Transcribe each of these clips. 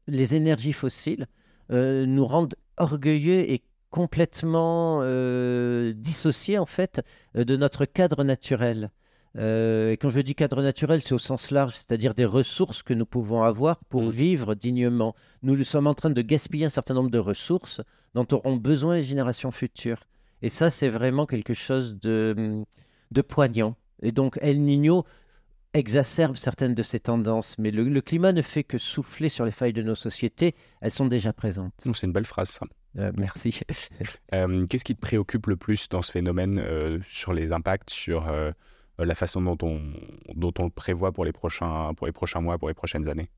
les énergies fossiles nous rendent orgueilleux et complètement dissociés en fait de notre cadre naturel. Et quand je dis cadre naturel, c'est au sens large, c'est-à-dire des ressources que nous pouvons avoir pour vivre dignement. Nous sommes en train de gaspiller un certain nombre de ressources dont auront besoin les générations futures. Et ça, c'est vraiment quelque chose de poignant. Et donc, El Niño exacerbe certaines de ces tendances, mais le climat ne fait que souffler sur les failles de nos sociétés. Elles sont déjà présentes. C'est une belle phrase, ça. Merci. Qu'est-ce qui te préoccupe le plus dans ce phénomène, sur les impacts, sur la façon dont on le prévoit pour les prochains mois, pour les prochaines années?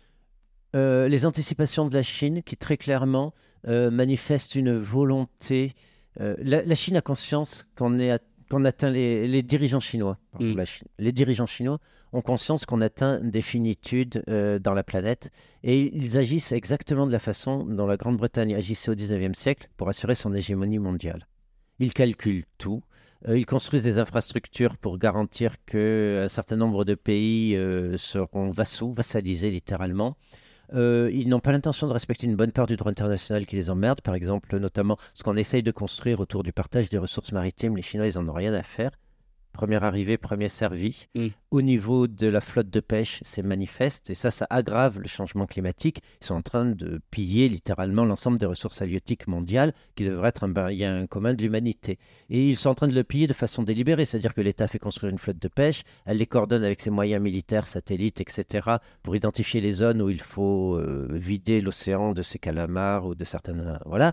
Les anticipations de la Chine qui très clairement manifestent une volonté. La Chine a conscience qu'on atteint les dirigeants chinois. Les dirigeants chinois ont conscience qu'on atteint des finitudes dans la planète et ils agissent exactement de la façon dont la Grande-Bretagne agissait au XIXe siècle pour assurer son hégémonie mondiale. Ils calculent tout. Ils construisent des infrastructures pour garantir qu'un certain nombre de pays seront vassalisés littéralement. Ils n'ont pas l'intention de respecter une bonne part du droit international qui les emmerde, par exemple, notamment ce qu'on essaye de construire autour du partage des ressources maritimes. Les Chinois, ils n'en ont rien à faire. Premier arrivé, premier servi. Au niveau de la flotte de pêche, c'est manifeste. Et ça aggrave le changement climatique. Ils sont en train de piller littéralement l'ensemble des ressources halieutiques mondiales qui devraient être un bien commun de l'humanité. Et ils sont en train de le piller de façon délibérée. C'est-à-dire que l'État fait construire une flotte de pêche. Elle les coordonne avec ses moyens militaires, satellites, etc. pour identifier les zones où il faut vider l'océan de ses calamars ou de certaines... Voilà.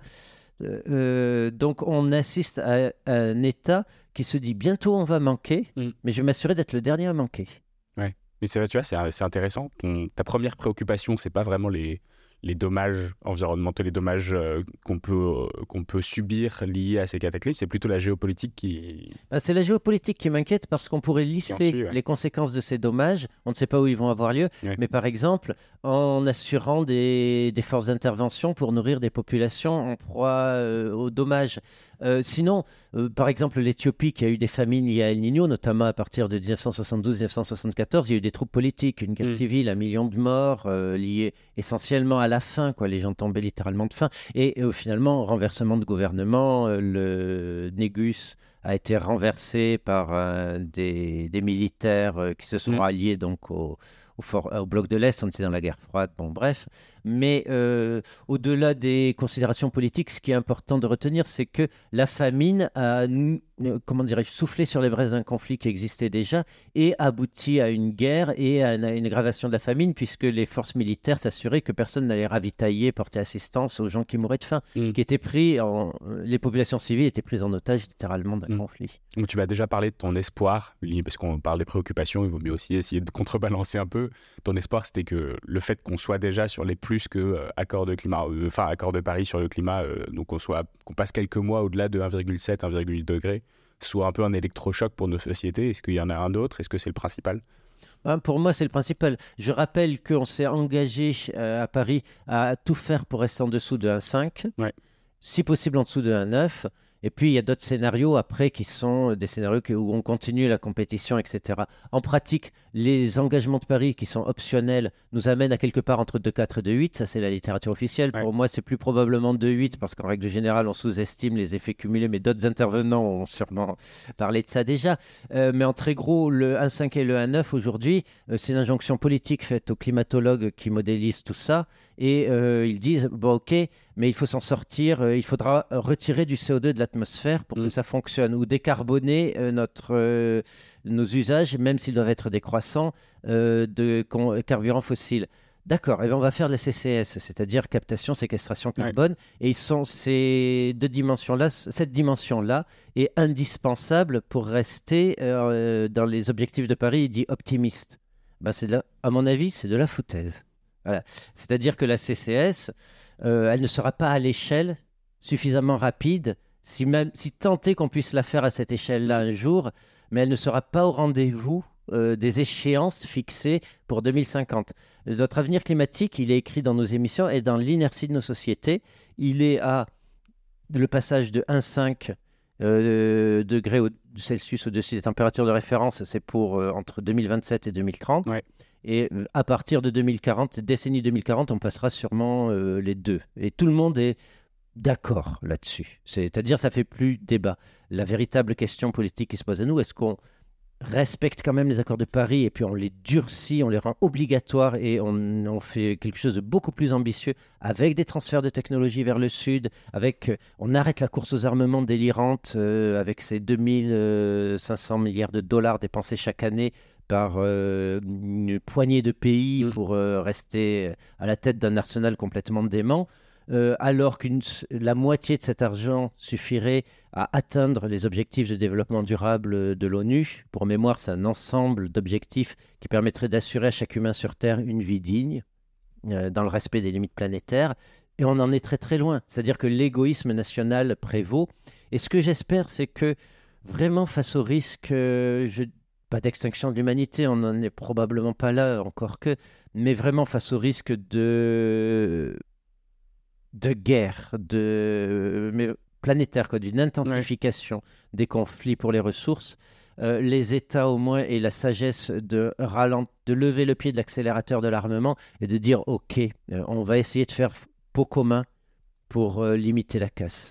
Donc on assiste à un État qui se dit bientôt on va manquer, mais je vais m'assurer d'être le dernier à manquer. Ouais. Mais tu vois, c'est intéressant. Ta première préoccupation, c'est pas vraiment les dommages environnementaux, les dommages qu'on peut subir liés à ces cataclysmes, c'est plutôt la géopolitique qui... C'est la géopolitique qui m'inquiète parce qu'on pourrait lisser les conséquences de ces dommages. On ne sait pas où ils vont avoir lieu, mais par exemple, en assurant des forces d'intervention pour nourrir des populations en proie aux dommages. Sinon, par exemple, l'Éthiopie qui a eu des famines liées à El Niño, notamment à partir de 1972-1974, il y a eu des troubles politiques, une guerre civile, 1 million de morts liés essentiellement à la faim, quoi. Les gens tombaient littéralement de faim. Et finalement, renversement de gouvernement, le Négus a été renversé par des militaires qui se sont alliés donc au bloc de l'Est. On était dans la guerre froide, bon bref. Mais au-delà des considérations politiques, ce qui est important de retenir, c'est que la famine a, soufflé sur les braises d'un conflit qui existait déjà et abouti à une guerre et à une aggravation de la famine, puisque les forces militaires s'assuraient que personne n'allait ravitailler, porter assistance aux gens qui mouraient de faim, qui étaient les populations civiles étaient prises en otage littéralement d'un conflit. Donc tu m'as déjà parlé de ton espoir, parce qu'on parle des préoccupations, il vaut mieux aussi essayer de contrebalancer un peu. Ton espoir, c'était que le fait qu'on soit déjà sur les plus que accord de Paris sur le climat, donc qu'on passe quelques mois au-delà de 1,7, 1,8 degrés, soit un peu un électrochoc pour nos sociétés. Est-ce qu'il y en a un autre? Est-ce que c'est le principal? Pour moi, c'est le principal. Je rappelle qu'on s'est engagé à Paris à tout faire pour rester en dessous de 1,5, si possible en dessous de 1,9. Et puis, il y a d'autres scénarios après qui sont des scénarios où on continue la compétition, etc. En pratique, les engagements de Paris qui sont optionnels nous amènent à quelque part entre 2,4 et 2,8. Ça, c'est la littérature officielle. Pour moi, c'est plus probablement 2,8 parce qu'en règle générale, on sous-estime les effets cumulés. Mais d'autres intervenants ont sûrement parlé de ça déjà. Mais en très gros, le 1,5 et le 1,9 aujourd'hui, c'est une injonction politique faite aux climatologues qui modélisent tout ça. Et ils disent, bon ok, mais il faut s'en sortir, il faudra retirer du CO2 de l'atmosphère pour que ça fonctionne, ou décarboner nos usages, même s'ils doivent être décroissants, de carburants fossiles. D'accord, et bien on va faire de la CCS, c'est-à-dire captation, séquestration carbone, et cette dimension-là est indispensable pour rester dans les objectifs de Paris, il dit optimiste. À mon avis, c'est de la foutaise. Voilà. C'est-à-dire que la CCS, elle ne sera pas à l'échelle suffisamment rapide, si tant est qu'on puisse la faire à cette échelle-là un jour, mais elle ne sera pas au rendez-vous des échéances fixées pour 2050. Notre avenir climatique, il est écrit dans nos émissions et dans l'inertie de nos sociétés. Il est à le passage de 1,5 degrés Celsius au-dessus des températures de référence, c'est pour entre 2027 et 2030. Et à partir de 2040, décennie 2040, on passera sûrement les deux. Et tout le monde est d'accord là-dessus. C'est-à-dire, ça fait plus débat. La véritable question politique qui se pose à nous, est-ce qu'on respecte quand même les accords de Paris et puis on les durcit, on les rend obligatoires et on fait quelque chose de beaucoup plus ambitieux avec des transferts de technologie vers le sud, on arrête la course aux armements délirante avec ces 2500 milliards de dollars dépensés chaque année par une poignée de pays pour rester à la tête d'un arsenal complètement dément. Alors que la moitié de cet argent suffirait à atteindre les objectifs de développement durable de l'ONU. Pour mémoire, c'est un ensemble d'objectifs qui permettrait d'assurer à chaque humain sur Terre une vie digne, dans le respect des limites planétaires. Et on en est très très loin. C'est-à-dire que l'égoïsme national prévaut. Et ce que j'espère, c'est que vraiment face au risque, pas d'extinction de l'humanité, on n'en est probablement pas là encore mais vraiment face au risque de guerre, mais planétaire, d'une intensification des conflits pour les ressources, les États au moins aient la sagesse de lever le pied de l'accélérateur de l'armement et de dire ok, on va essayer de faire pot commun pour limiter la casse.